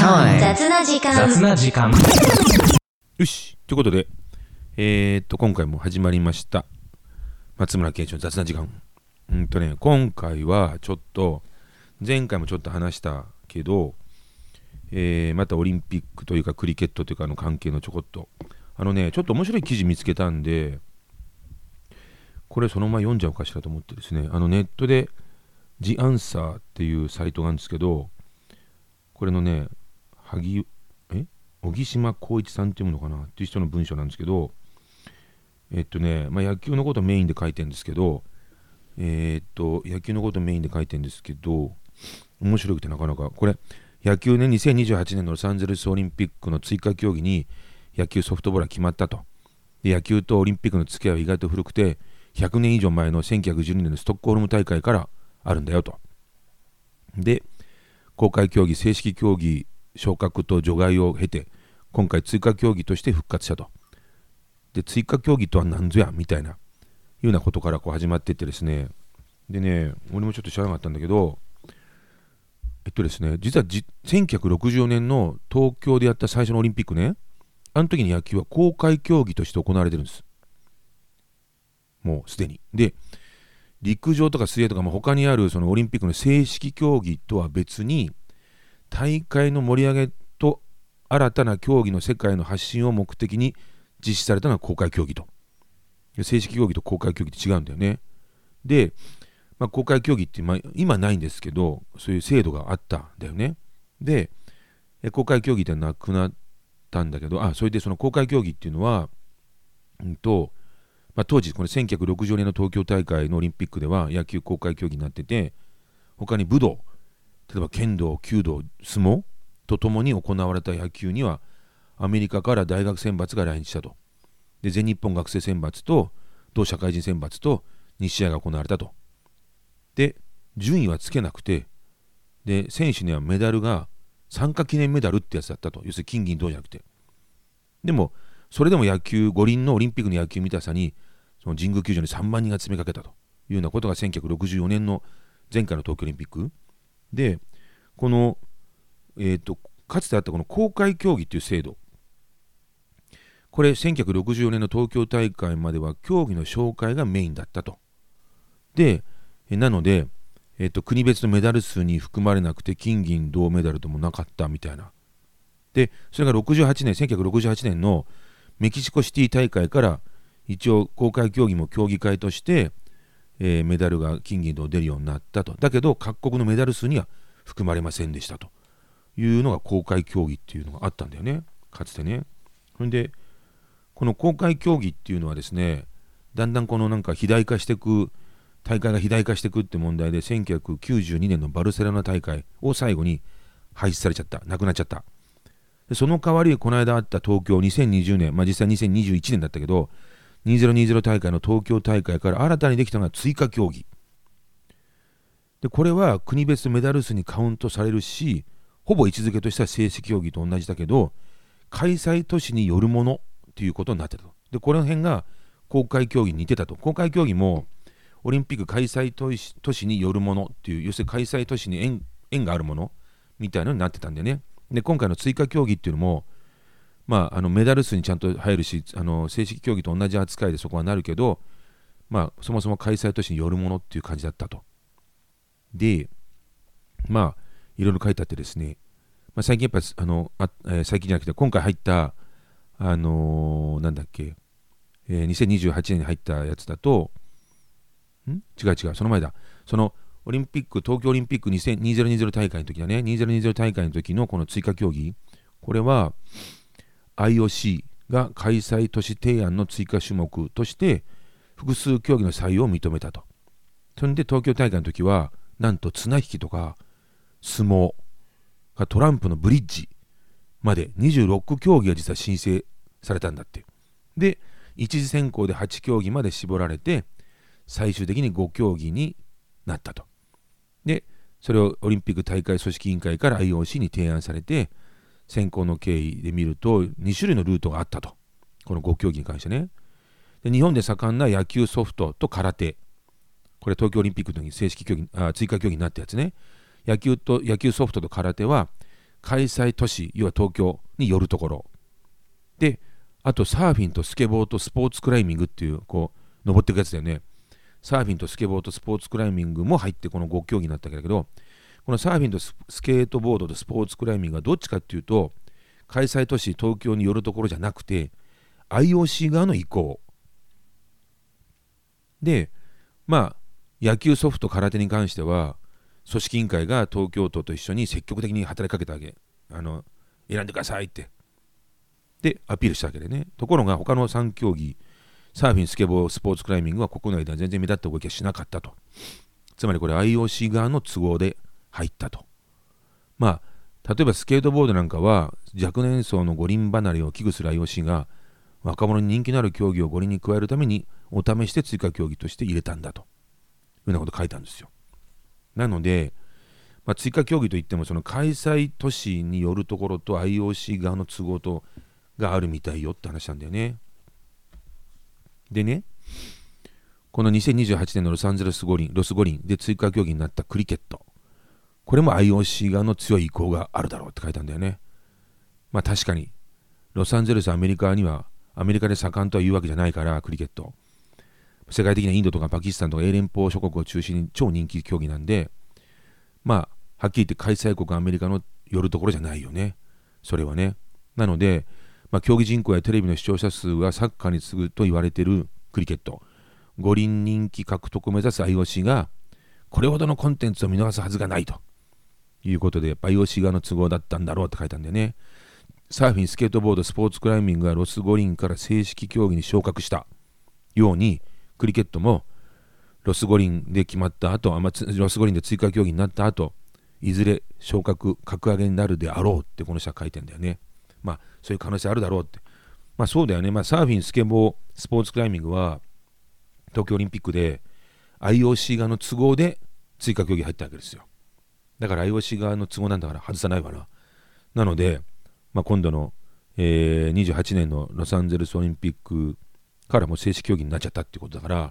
雑な時間。 よし、ということで、今回も始まりました松村圭一の雑な時間。今回はちょっと前回もちょっと話したけど、またオリンピックというかクリケットというかの関係のちょこっとちょっと面白い記事見つけたんで、これそのまま読んじゃおうかしらと思ってですね、ネットでThe Answerっていうサイトがあるんですけど、これのね、小木島光一さんっていうのかなっていう人の文章なんですけど、野球のことメインで書いてるんですけど、面白くてなかなか、これ、野球ね、2028年のロサンゼルスオリンピックの追加競技に野球ソフトボールが決まったと。で、野球とオリンピックの付き合いは意外と古くて、100年以上前の1912年のストックホルム大会からあるんだよと。で、公開競技、正式競技、昇格と除外を経て、今回追加競技として復活したと。で、追加競技とは何ぞやみたいなようなことからこう始まっていってですね、でね、俺もちょっと知らなかったんだけど、実は1964年の東京でやった最初のオリンピックね、あの時に野球は公開競技として行われてるんです。もうすでに。で、陸上とか水泳とか他にあるそのオリンピックの正式競技とは別に、大会の盛り上げと新たな競技の世界の発信を目的に実施されたのが公開競技と。正式競技と公開競技って違うんだよね。で、公開競技って、今ないんですけど、そういう制度があったんだよね。で、公開競技ってなくなったんだけど、それでその公開競技っていうのは、当時、これ1960年の東京大会のオリンピックでは野球公開競技になってて、他に武道、例えば剣道、弓道、相撲とともに行われた野球には、アメリカから大学選抜が来日したと。で、全日本学生選抜と同社会人選抜と2試合が行われたと。で、順位はつけなくて、で、選手にはメダルが参加記念メダルってやつだったと。要するに金銀銅じゃなくて。でも、それでも五輪のオリンピックの野球見たさに、その神宮球場に3万人が詰めかけたというようなことが1964年の前回の東京オリンピックで、この、かつてあったこの公開競技っていう制度、これ1964年の東京大会までは競技の紹介がメインだったと。で、なので、国別のメダル数に含まれなくて金銀銅メダルともなかったみたいな。で、それが1968年のメキシコシティ大会から一応公開競技も競技会として、メダルが金銀銅出るようになったと。だけど各国のメダル数には含まれませんでしたというのが公開競技っていうのがあったんだよね、かつてね。それでこの公開競技っていうのはですね、だんだんこの大会が肥大化していくって問題で、1992年のバルセロナ大会を最後に廃止されちゃった、なくなっちゃった。で、その代わりこの間あった東京2020年、実際2021年だったけど、2020大会の東京大会から新たにできたのが追加競技で、これは国別メダル数にカウントされるし、ほぼ位置づけとしては正式競技と同じだけど、開催都市によるものということになってたと。で、この辺が公開競技に似てたと。公開競技もオリンピック開催都市によるものっていう、要するに開催都市に縁があるものみたいなのになってたんでね。で、今回の追加競技っていうのも、メダル数にちゃんと入るし、正式競技と同じ扱いでそこはなるけど、そもそも開催都市によるものっていう感じだったと。で、いろいろ書いてあってですね、最近やっぱ最近じゃなくて今回入った2028年に入ったやつだと、違う、その前だ。そのオリンピック、東京オリンピック2020大会の時だね、2020大会の時のこの追加競技、これは IOC が開催都市提案の追加種目として複数競技の採用を認めたと。それで東京大会の時は、なんと綱引きとか相撲、トランプのブリッジまで26競技が実は申請されたんだって。で、一次選考で8競技まで絞られて、最終的に5競技になったと。で、それをオリンピック大会組織委員会から IOC に提案されて、選考の経緯で見ると2種類のルートがあったと。この5競技に関してね。で、日本で盛んな野球ソフトと空手。これ東京オリンピックの時に正式競技、追加競技になったやつね。野球ソフトと空手は開催都市、要は東京によるところで、あとサーフィンとスケボーとスポーツクライミングっていう、こう登っていくやつだよね。サーフィンとスケボーとスポーツクライミングも入ってこの5競技になったわけだけど、このサーフィンとスケートボードとスポーツクライミングはどっちかっていうと、開催都市東京によるところじゃなくて IOC 側の意向で、まあ野球、ソフト、空手に関しては組織委員会が東京都と一緒に積極的に働きかけたわけ。選んでくださいってでアピールしたわけでね。ところが他の3競技、サーフィン、スケボー、スポーツクライミングは国内では全然目立った動きはしなかったと。つまりこれ IOC 側の都合で入ったと。まあ例えばスケートボードなんかは若年層の五輪離れを危惧する IOC が若者に人気のある競技を五輪に加えるためにお試しで追加競技として入れたんだというようなことを書いたんですよ。なので、追加競技といってもその開催都市によるところと IOC 側の都合とがあるみたいよって話なんだよね。でね、この2028年のロサンゼルス五輪で追加競技になったクリケット、これも IOC 側の強い意向があるだろうって書いたんだよね。確かにロサンゼルス、アメリカにはアメリカで盛んとは言うわけじゃないから、クリケット世界的なインドとかパキスタンとか英連邦諸国を中心に超人気競技なんで、はっきり言って開催国アメリカの寄るところじゃないよね、それはね。なので、競技人口やテレビの視聴者数はサッカーに次ぐと言われているクリケット、五輪人気獲得を目指す IOC がこれほどのコンテンツを見逃すはずがないということで、IOC 側の都合だったんだろうって書いたんでね。サーフィン、スケートボード、スポーツクライミングがロス五輪から正式競技に昇格したように、クリケットもロス五輪で決まった後、ロス五輪で追加競技になった後、いずれ昇格、格上げになるであろうってこの人は書いてんだよね。そういう可能性あるだろうって。そうだよね。サーフィン、スケボー、スポーツクライミングは東京オリンピックで IOC 側の都合で追加競技入ったわけですよ。だから IOC 側の都合なんだから外さないわな。なので、今度の、28年のロサンゼルスオリンピックからも正式競技になっちゃったってことだから、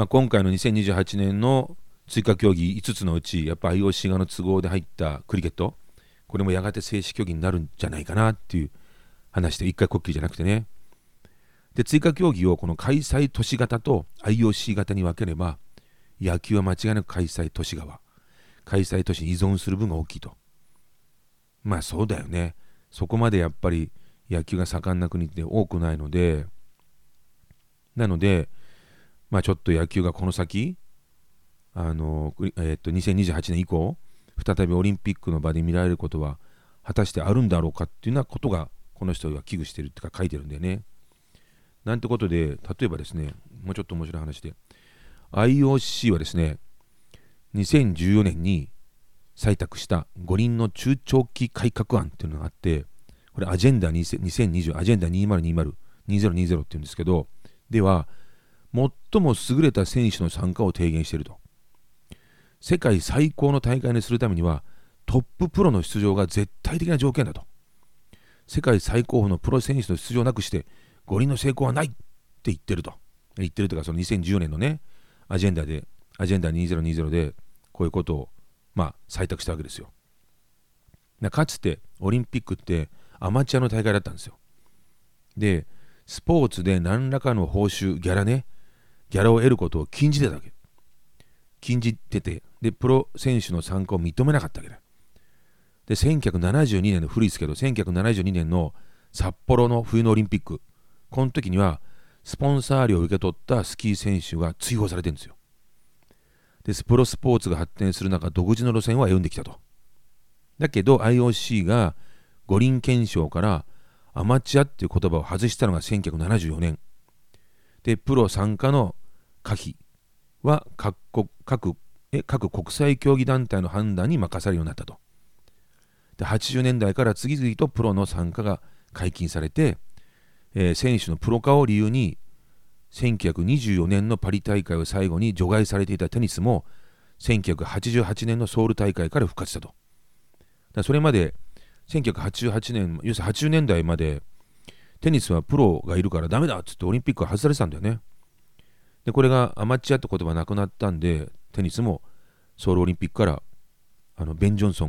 今回の2028年の追加競技5つのうち、やっぱ IOC 側の都合で入ったクリケット、これもやがて正式競技になるんじゃないかなっていう話で、一回こっきりじゃなくてね。で、追加競技をこの開催都市型と IOC 型に分ければ、野球は間違いなく開催都市側、開催都市に依存する分が大きいと。そうだよね。そこまでやっぱり野球が盛んな国って多くないので、なので、ちょっと野球がこの先、2028年以降、再びオリンピックの場で見られることは果たしてあるんだろうかっていうようなことが、この人は危惧してるってか書いてるんだよね。なんてことで、例えばですね、もうちょっと面白い話で、IOC はですね、2014年に採択した五輪の中長期改革案っていうのがあって、これアジェンダ2020、アジェンダ2020、2020っていうんですけど、では、最も優れた選手の参加を提言していると。世界最高の大会にするためには、トッププロの出場が絶対的な条件だと。世界最高峰のプロ選手の出場なくして、五輪の成功はないって言ってると。言ってるというか、その2014年のね、アジェンダ2020で、こういうことを、採択したわけですよ。かつて、オリンピックってアマチュアの大会だったんですよ。で、スポーツで何らかの報酬、ギャラを得ることを禁じてたわけ。禁じてて、で、プロ選手の参加を認めなかったわけだ。で、1972年の古いですけど、1972年の札幌の冬のオリンピック、この時には、スポンサー料を受け取ったスキー選手が追放されてるんですよ。で、プロスポーツが発展する中、独自の路線を歩んできたと。だけど、IOC が五輪憲章からアマチュアっていう言葉を外したのが1974年。で、プロ参加の可否は各国際競技団体の判断に任されるようになったと。で、80年代から次々とプロの参加が解禁されて、選手のプロ化を理由に1924年のパリ大会を最後に除外されていたテニスも1988年のソウル大会から復活したと。だそれまで1988年、要するに80年代までテニスはプロがいるからダメだっつってオリンピックは外されてたんだよね。で、これがアマチュアって言葉なくなったんで、テニスもソウルオリンピックからベン・ジョンソンが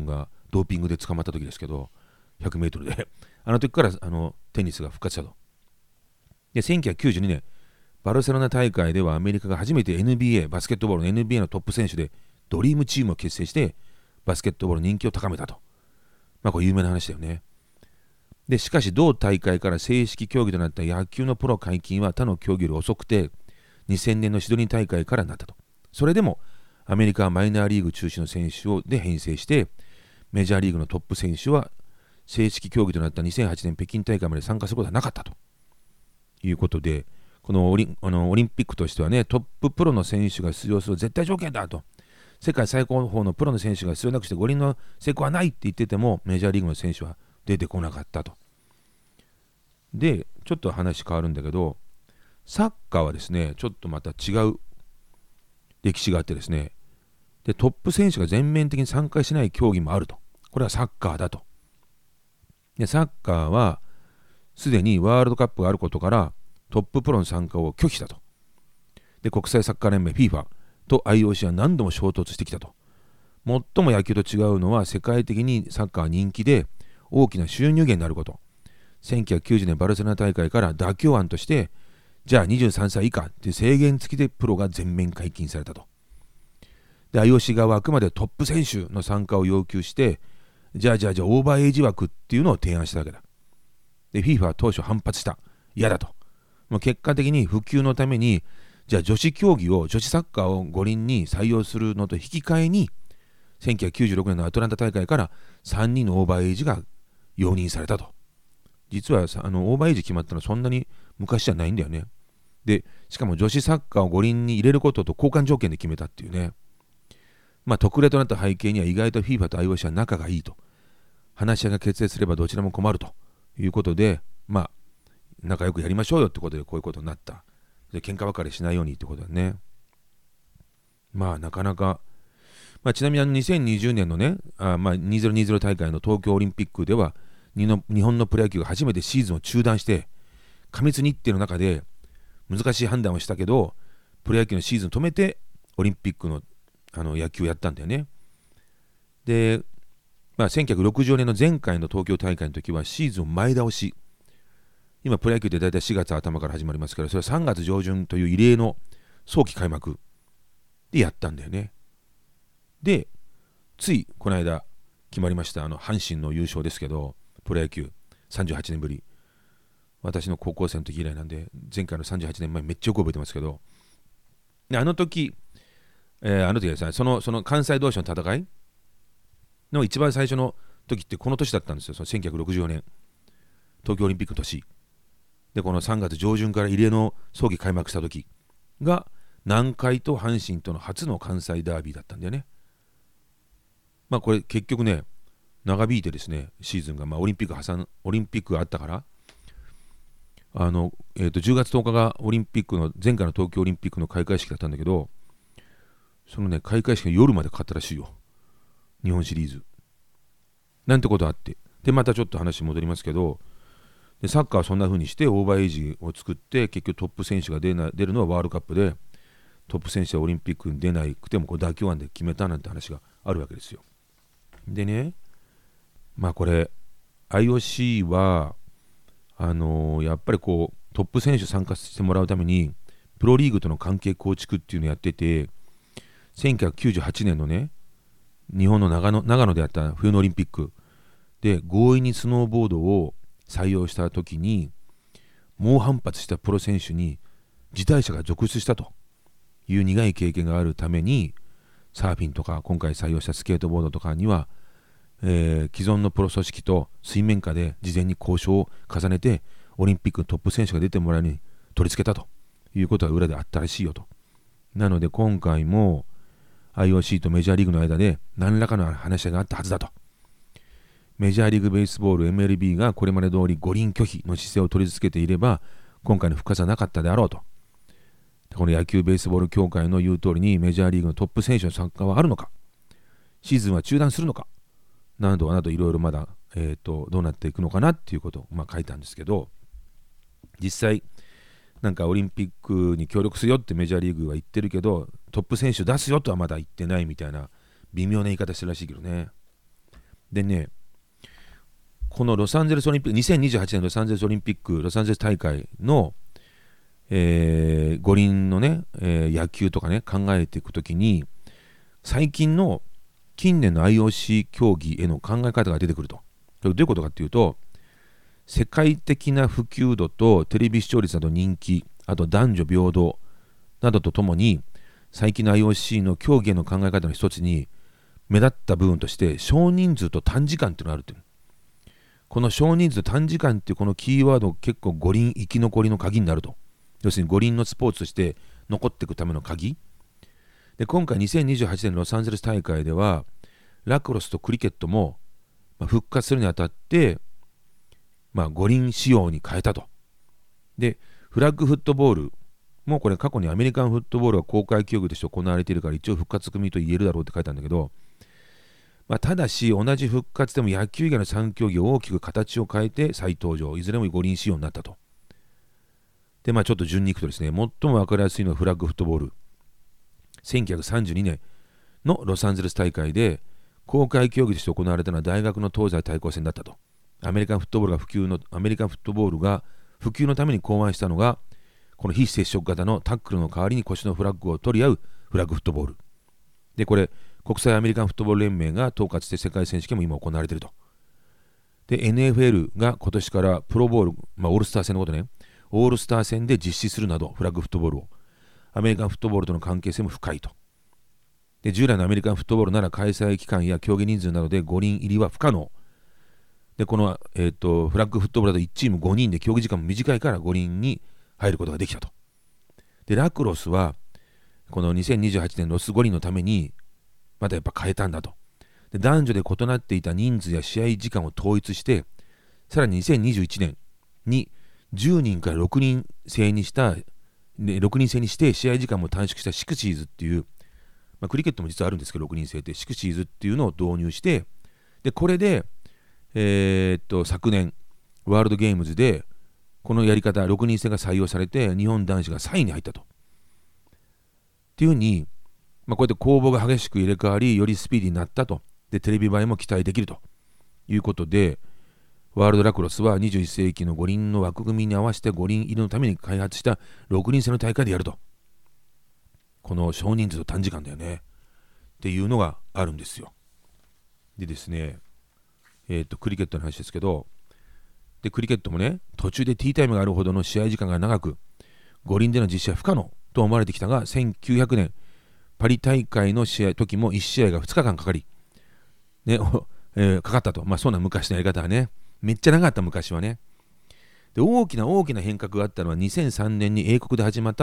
ドーピングで捕まった時ですけど、100メートルであの時からテニスが復活したと。で、1992年、バルセロナ大会ではアメリカが初めて NBA、バスケットボールの NBA のトップ選手でドリームチームを結成してバスケットボールの人気を高めたと。これ有名な話だよね。で、しかし同大会から正式競技となった野球のプロ解禁は他の競技より遅くて、2000年のシドニー大会からなったと。それでもアメリカはマイナーリーグ中心の選手で編成して、メジャーリーグのトップ選手は正式競技となった2008年北京大会まで参加することはなかったということで、このオリンピックとしてはね、トッププロの選手が出場する絶対条件だと。世界最高峰のプロの選手が出場なくして五輪の成功はないって言ってても、メジャーリーグの選手は出てこなかったと。で、ちょっと話変わるんだけど、サッカーはですね、ちょっとまた違う歴史があってですね、でトップ選手が全面的に参加しない競技もあると。これはサッカーだと。でサッカーはすでにワールドカップがあることからトッププロの参加を拒否したと。で国際サッカー連盟 FIFA と IOC は何度も衝突してきたと。最も野球と違うのは世界的にサッカーは人気で大きな収入源になること。1990年バルセロナ大会から妥協案として、じゃあ23歳以下という制限付きでプロが全面解禁されたと。で IOC 側はあくまでトップ選手の参加を要求して、じゃあオーバーエイジ枠っていうのを提案したわけだ。で FIFA は当初反発した。嫌だと。もう結果的に普及のために、じゃあ女子サッカーを五輪に採用するのと引き換えに、1996年のアトランタ大会から3人のオーバーエイジが容認されたと。実はオーバーエイジ決まったのはそんなに昔じゃないんだよね。でしかも女子サッカーを五輪に入れることと交換条件で決めたっていうね。特例となった背景には意外と FIFA と IOC は仲がいいと。話し合いが決裂すればどちらも困るということで、仲良くやりましょうよってことでこういうことになった。で喧嘩別れしないようにってことだね。なかなか、ちなみに2020年のね、2020大会の東京オリンピックでは日本のプロ野球が初めてシーズンを中断して過密日程の中で難しい判断をしたけど、プロ野球のシーズン止めてオリンピックの野球をやったんだよね。で、1964年の前回の東京大会の時はシーズンを前倒し。今プロ野球って大体4月頭から始まりますから、それは3月上旬という異例の早期開幕でやったんだよね。で、ついこの間決まりました阪神の優勝ですけど、プロ野球38年ぶり。私の高校生の時以来なんで、前回の38年前めっちゃよく覚えてますけど、であの時ですね、その関西同士の戦いの一番最初の時ってこの年だったんですよ。その1964年東京オリンピックの年で、この3月上旬から異例の早期開幕した時が南海と阪神との初の関西ダービーだったんだよね。これ結局ね、長引いてですね、シーズンがオリンピックがあったから10月10日がオリンピックの前回の東京オリンピックの開会式だったんだけど、そのね開会式が夜までかかったらしいよ、日本シリーズなんてことあって。でまたちょっと話戻りますけど、でサッカーはそんな風にしてオーバーエイジを作って、結局トップ選手が出るのはワールドカップで、トップ選手はオリンピックに出なくても妥協案で決めたなんて話があるわけですよ。でね、これ IOC はやっぱりトップ選手参加してもらうためにプロリーグとの関係構築っていうのをやってて、1998年のね、日本の長野であった冬のオリンピックで強引にスノーボードを採用した時に猛反発したプロ選手に辞退者が続出したという苦い経験があるために、サーフィンとか今回採用したスケートボードとかには、既存のプロ組織と水面下で事前に交渉を重ねてオリンピックのトップ選手が出てもらうに取り付けたということが裏であったらしいよと。なので今回も IOC とメジャーリーグの間で何らかの話し合いがあったはずだと。メジャーリーグベースボール MLB がこれまで通り五輪拒否の姿勢を取り付けていれば今回の復活はなかったであろうと。この野球ベースボール協会の言う通りにメジャーリーグのトップ選手の参加はあるのか、シーズンは中断するのかなどいろいろまだ、どうなっていくのかなっていうことを書いたんですけど、実際オリンピックに協力するよってメジャーリーグは言ってるけど、トップ選手出すよとはまだ言ってないみたいな微妙な言い方してるらしいけどね。 でね、このロサンゼルスオリンピック、2028年ロサンゼルスオリンピック、ロサンゼルス大会の、五輪のね、野球とかね、考えていくときに、近年の IOC 競技への考え方が出てくると。どういうことかっていうと、世界的な普及度とテレビ視聴率など人気、あと男女平等などとともに、最近の IOC の競技への考え方の一つに、目立った部分として、少人数と短時間っていうのがあるっていう。この少人数短時間っていうこのキーワード結構五輪生き残りの鍵になると。要するに五輪のスポーツとして残っていくための鍵。で、今回2028年ロサンゼルス大会では、ラクロスとクリケットも復活するにあたって、五輪仕様に変えたと。で、フラッグフットボールもこれ過去にアメリカンフットボールが公開競技として行われているから一応復活組と言えるだろうって書いたんだけど、ただし同じ復活でも野球以外の3競技を大きく形を変えて再登場、いずれも五輪仕様になったと。で、ちょっと順にいくとですね、最も分かりやすいのはフラッグフットボール。1932年のロサンゼルス大会で公開競技として行われたのは大学の東西対抗戦だったと。アメリカンフットボールが普及のために考案したのが、この非接触型のタックルの代わりに腰のフラッグを取り合うフラッグフットボール。で、これ、国際アメリカンフットボール連盟が統括して世界選手権も今行われていると。で、NFL が今年からプロボール、オールスター戦のことね、オールスター戦で実施するなど、フラッグフットボールを。アメリカンフットボールとの関係性も深いと。で、従来のアメリカンフットボールなら開催期間や競技人数などで五輪入りは不可能。で、この、フラッグフットボールだと1チーム5人で競技時間も短いから五輪に入ることができたと。で、ラクロスは、この2028年ロス五輪のために、またやっぱ変えたんだと。で、男女で異なっていた人数や試合時間を統一して、さらに2021年に10人から6人制にして試合時間も短縮したシクシーズっていう、クリケットも実はあるんですけど、6人制ってシクシーズっていうのを導入して、で、これで、昨年、ワールドゲームズで、このやり方、6人制が採用されて、日本男子が3位に入ったと。っていうふうに、こうやって攻防が激しく入れ替わり、よりスピーディーになったと。で、テレビ映えも期待できるということで、ワールドラクロスは21世紀の五輪の枠組みに合わせて五輪入りのために開発した6人制の大会でやると。この少人数と短時間だよね。っていうのがあるんですよ。でですね、クリケットの話ですけど、で、クリケットもね、途中でティータイムがあるほどの試合時間が長く、五輪での実施は不可能と思われてきたが、1900年、パリ大会の時も1試合が2日間かかり、ね、かかったと。そんな昔のやり方はね、めっちゃ長かった昔はね。で、大きな変革があったのは2003年に英国で始まった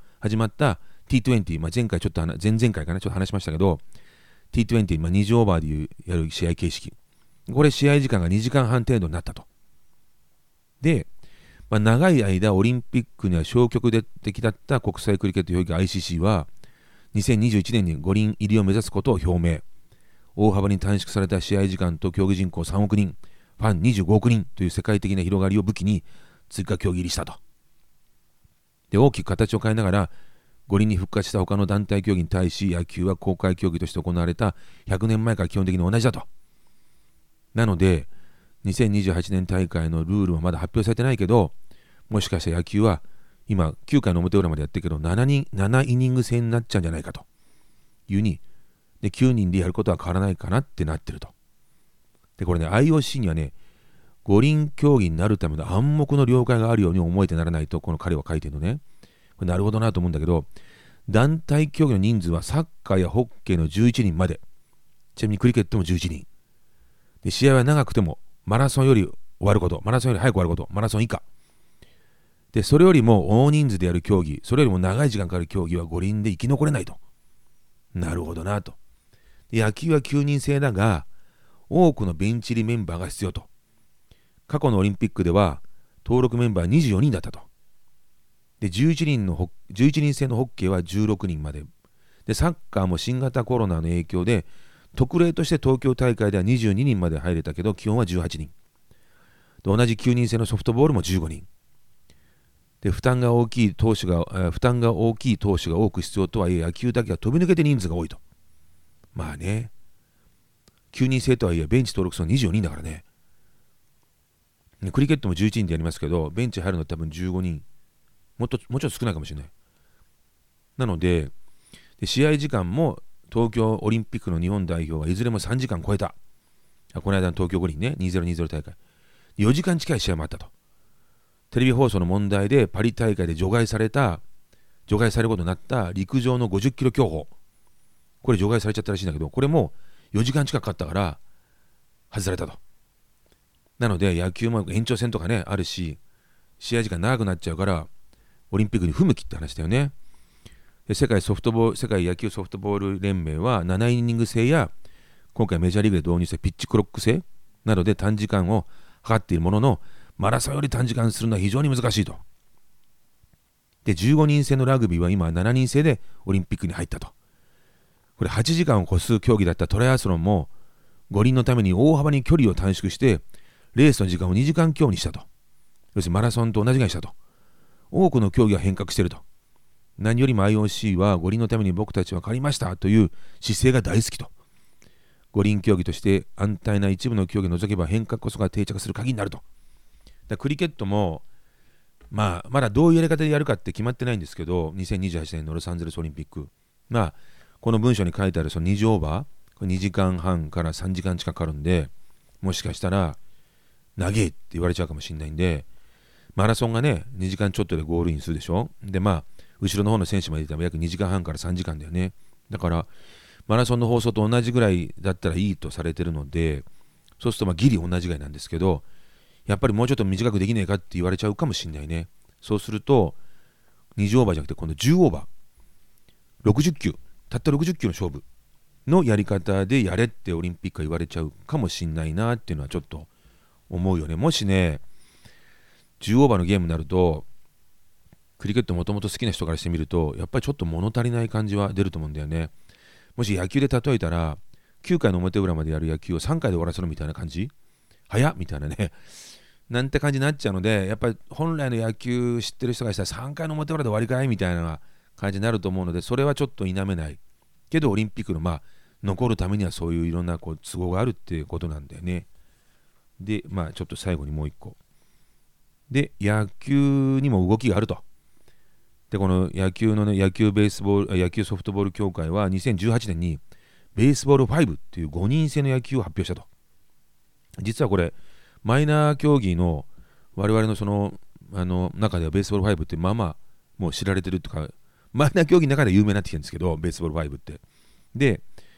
T20、前々回かな、ちょっと話しましたけど、T20、2次オーバーでやる試合形式。これ試合時間が2時間半程度になったと。で、長い間オリンピックには消極的だった国際クリケット評議会 ICC は、2021年に五輪入りを目指すことを表明。大幅に短縮された試合時間と競技人口3億人、ファン25億人という世界的な広がりを武器に追加競技入りしたと。で、大きく形を変えながら、五輪に復活した他の団体競技に対し、野球は公開競技として行われた100年前から基本的に同じだと。なので、2028年大会のルールはまだ発表されてないけど、もしかしたら野球は今9回の表裏までやってるけど7イニング制になっちゃうんじゃないかというに、で9人でやることは変わらないかなってなってると。で、これね、 IOC にはね、五輪競技になるための暗黙の了解があるように思えてならないと、この彼は書いてるのね。これなるほどなと思うんだけど、団体競技の人数はサッカーやホッケーの11人まで、ちなみにクリケットも11人で、試合は長くてもマラソンより早く終わること、マラソン以下で、それよりも大人数でやる競技、それよりも長い時間かかる競技は五輪で生き残れないと。なるほどなと。野球は9人制だが、多くのベンチ入りメンバーが必要と。過去のオリンピックでは登録メンバー24人だったと。で、11人制のホッケーは16人まで。で、サッカーも新型コロナの影響で、特例として東京大会では22人まで入れたけど、基本は18人。で、同じ9人制のソフトボールも15人。で、負担が大きい投手が多く必要とはいえ、野球だけは飛び抜けて人数が多いと。まあね。 9人制とはいえベンチ登録数24人だからね。クリケットも11人でやりますけど、ベンチ入るの多分15人、もうちょっと少ないかもしれない。なので、試合時間も東京オリンピックの日本代表はいずれも3時間超えた。この間の東京五輪ね、2020大会。4時間近い試合もあったと。テレビ放送の問題でパリ大会で除外されることになった陸上の50キロ競歩。これ除外されちゃったらしいんだけど、これも4時間近くかかったから外されたと。なので野球も延長戦とかね、あるし、試合時間長くなっちゃうからオリンピックに不向きって話だよね。で世界野球ソフトボール連盟は7イニング制や今回メジャーリーグで導入したピッチクロック制などで短時間を測っているものの、マラソンより短時間するのは非常に難しいと。で15人制のラグビーは今7人制でオリンピックに入ったと。これ8時間を超す競技だったトライアスロンも五輪のために大幅に距離を短縮してレースの時間を2時間強にしたと。要するにマラソンと同じぐらいにしたと。多くの競技が変革していると。何よりも IOC は五輪のために僕たちは変わりましたという姿勢が大好きと。五輪競技として安泰な一部の競技を除けば変革こそが定着する鍵になると。だクリケットもまだどういうやり方でやるかって決まってないんですけど、2028年のロサンゼルスオリンピック、この文章に書いてあるその2時オーバー、これ2時間半から3時間近くかかるんで、もしかしたら長えって言われちゃうかもしれないんで、マラソンがね2時間ちょっとでゴールインするでしょ。で後ろの方の選手までいたら約2時間半から3時間だよね。だからマラソンの放送と同じぐらいだったらいいとされてるので、そうするとギリ同じぐらいなんですけど、やっぱりもうちょっと短くできねえかって言われちゃうかもしれないね。そうすると20オーバーじゃなくて今度10オーバー60球、たった60球の勝負のやり方でやれってオリンピックは言われちゃうかもしれないなっていうのはちょっと思うよね。もしね10オーバーのゲームになると、クリケットもともと好きな人からしてみるとやっぱりちょっと物足りない感じは出ると思うんだよね。もし野球で例えたら9回の表裏までやる野球を3回で終わらせるみたいな感じ、早っみたいなねなんて感じになっちゃうので、やっぱり本来の野球知ってる人がしたら3回の表裏で終わりかいみたいな感じになると思うので、それはちょっと否めないけど、オリンピックの残るためにはそういういろんな都合があるっていうことなんだよね。でちょっと最後にもう一個で、野球にも動きがあると。でこの野球のね、野球ソフトボール協会は2018年にベースボール5っていう5人制の野球を発表したと。実はこれマイナー競技の我々のその中ではベースボール5ってもう知られてるとか、マイナー競技の中で有名になってきてるんですけど、ベースボール5ってで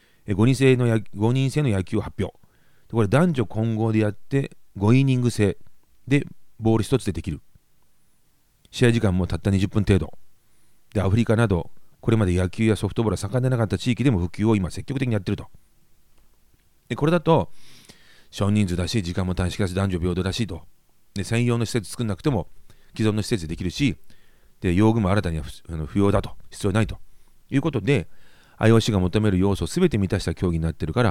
5人制の野球を発表。これ男女混合でやって5イニング制でボール1つでできる。試合時間もたった20分程度で、アフリカなどこれまで野球やソフトボールが盛んでなかった地域でも普及を今積極的にやってると。でこれだと少人数だし、時間も短縮だし、男女平等だしと。で専用の施設作んなくても既存の施設でできるし、で用具も新たには不要だと、必要ないということで IOC が求める要素を全て満たした競技になってるから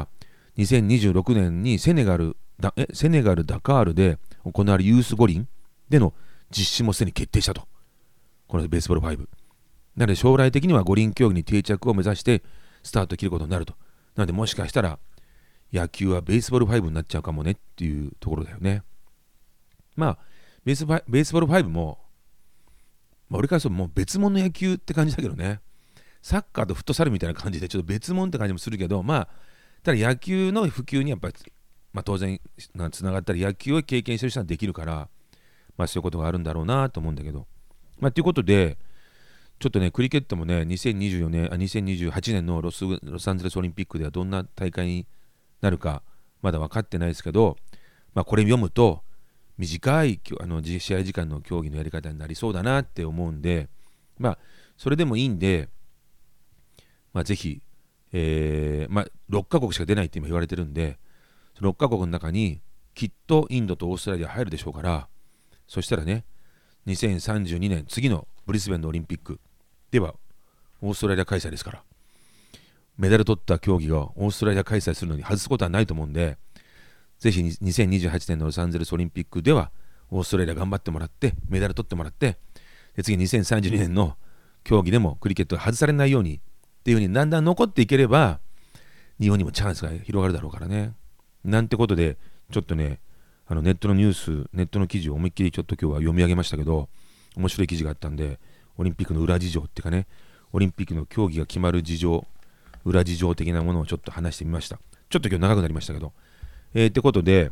、2026年にセネガルダカールで行われるユース五輪での実施もすでに決定したと。このベースボール5なので、将来的には五輪競技に定着を目指してスタートを切ることになると。なのでもしかしたら野球はベースボール5になっちゃうかもねっていうところだよね。ベースボール5も、俺からするともう別物の野球って感じだけどね。サッカーとフットサルみたいな感じでちょっと別物って感じもするけど、ただ野球の普及にやっぱり、当然つながったり、野球を経験してる人はできるから、そういうことがあるんだろうなと思うんだけど。ということで、ちょっとね、クリケットもね、2028年のロサンゼルスオリンピックではどんな大会になるかまだ分かってないですけど、これ読むと短い試合時間の競技のやり方になりそうだなって思うんで、それでもいいんで、ぜひ、6カ国しか出ないって今言われてるんで、6カ国の中にきっとインドとオーストラリア入るでしょうから、そしたらね、2032年次のブリスベンのオリンピックではオーストラリア開催ですから、メダル取った競技がオーストラリア開催するのに外すことはないと思うんで、ぜひ2028年のロサンゼルスオリンピックではオーストラリア頑張ってもらってメダル取ってもらって、で次2032年の競技でもクリケットが外されないようにっていう風にだんだん残っていければ、 日本にもチャンスが広がるだろうからね。なんてことで、ちょっとね、ネットのニュース、ネットの記事を思いっきりちょっと今日は読み上げましたけど、面白い記事があったんで、オリンピックの裏事情っていうかね、オリンピックの競技が決まる事情、裏事情的なものをちょっと話してみました。ちょっと今日長くなりましたけど。ってことで、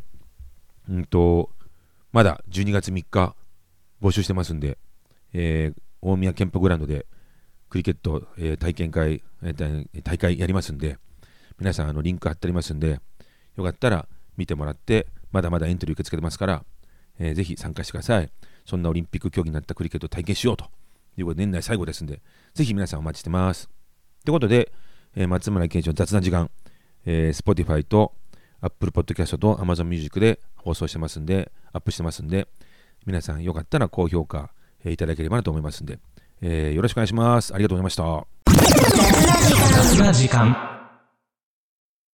まだ12月3日募集してますんで、大宮ケンポグラウンドでクリケット、大会やりますんで、皆さんリンク貼ってありますんで、よかったら見てもらって、まだまだエントリー受け付けてますから、ぜひ参加してください。そんなオリンピック競技になったクリケットを体験しようということで、年内最後ですんで、ぜひ皆さんお待ちしてます。ということで、松村健一の雑な時間、Spotify と Apple Podcast と Amazon Music で放送してますんで、アップしてますんで、皆さんよかったら高評価、いただければなと思いますんで、よろしくお願いします。ありがとうございました。 雑な時間。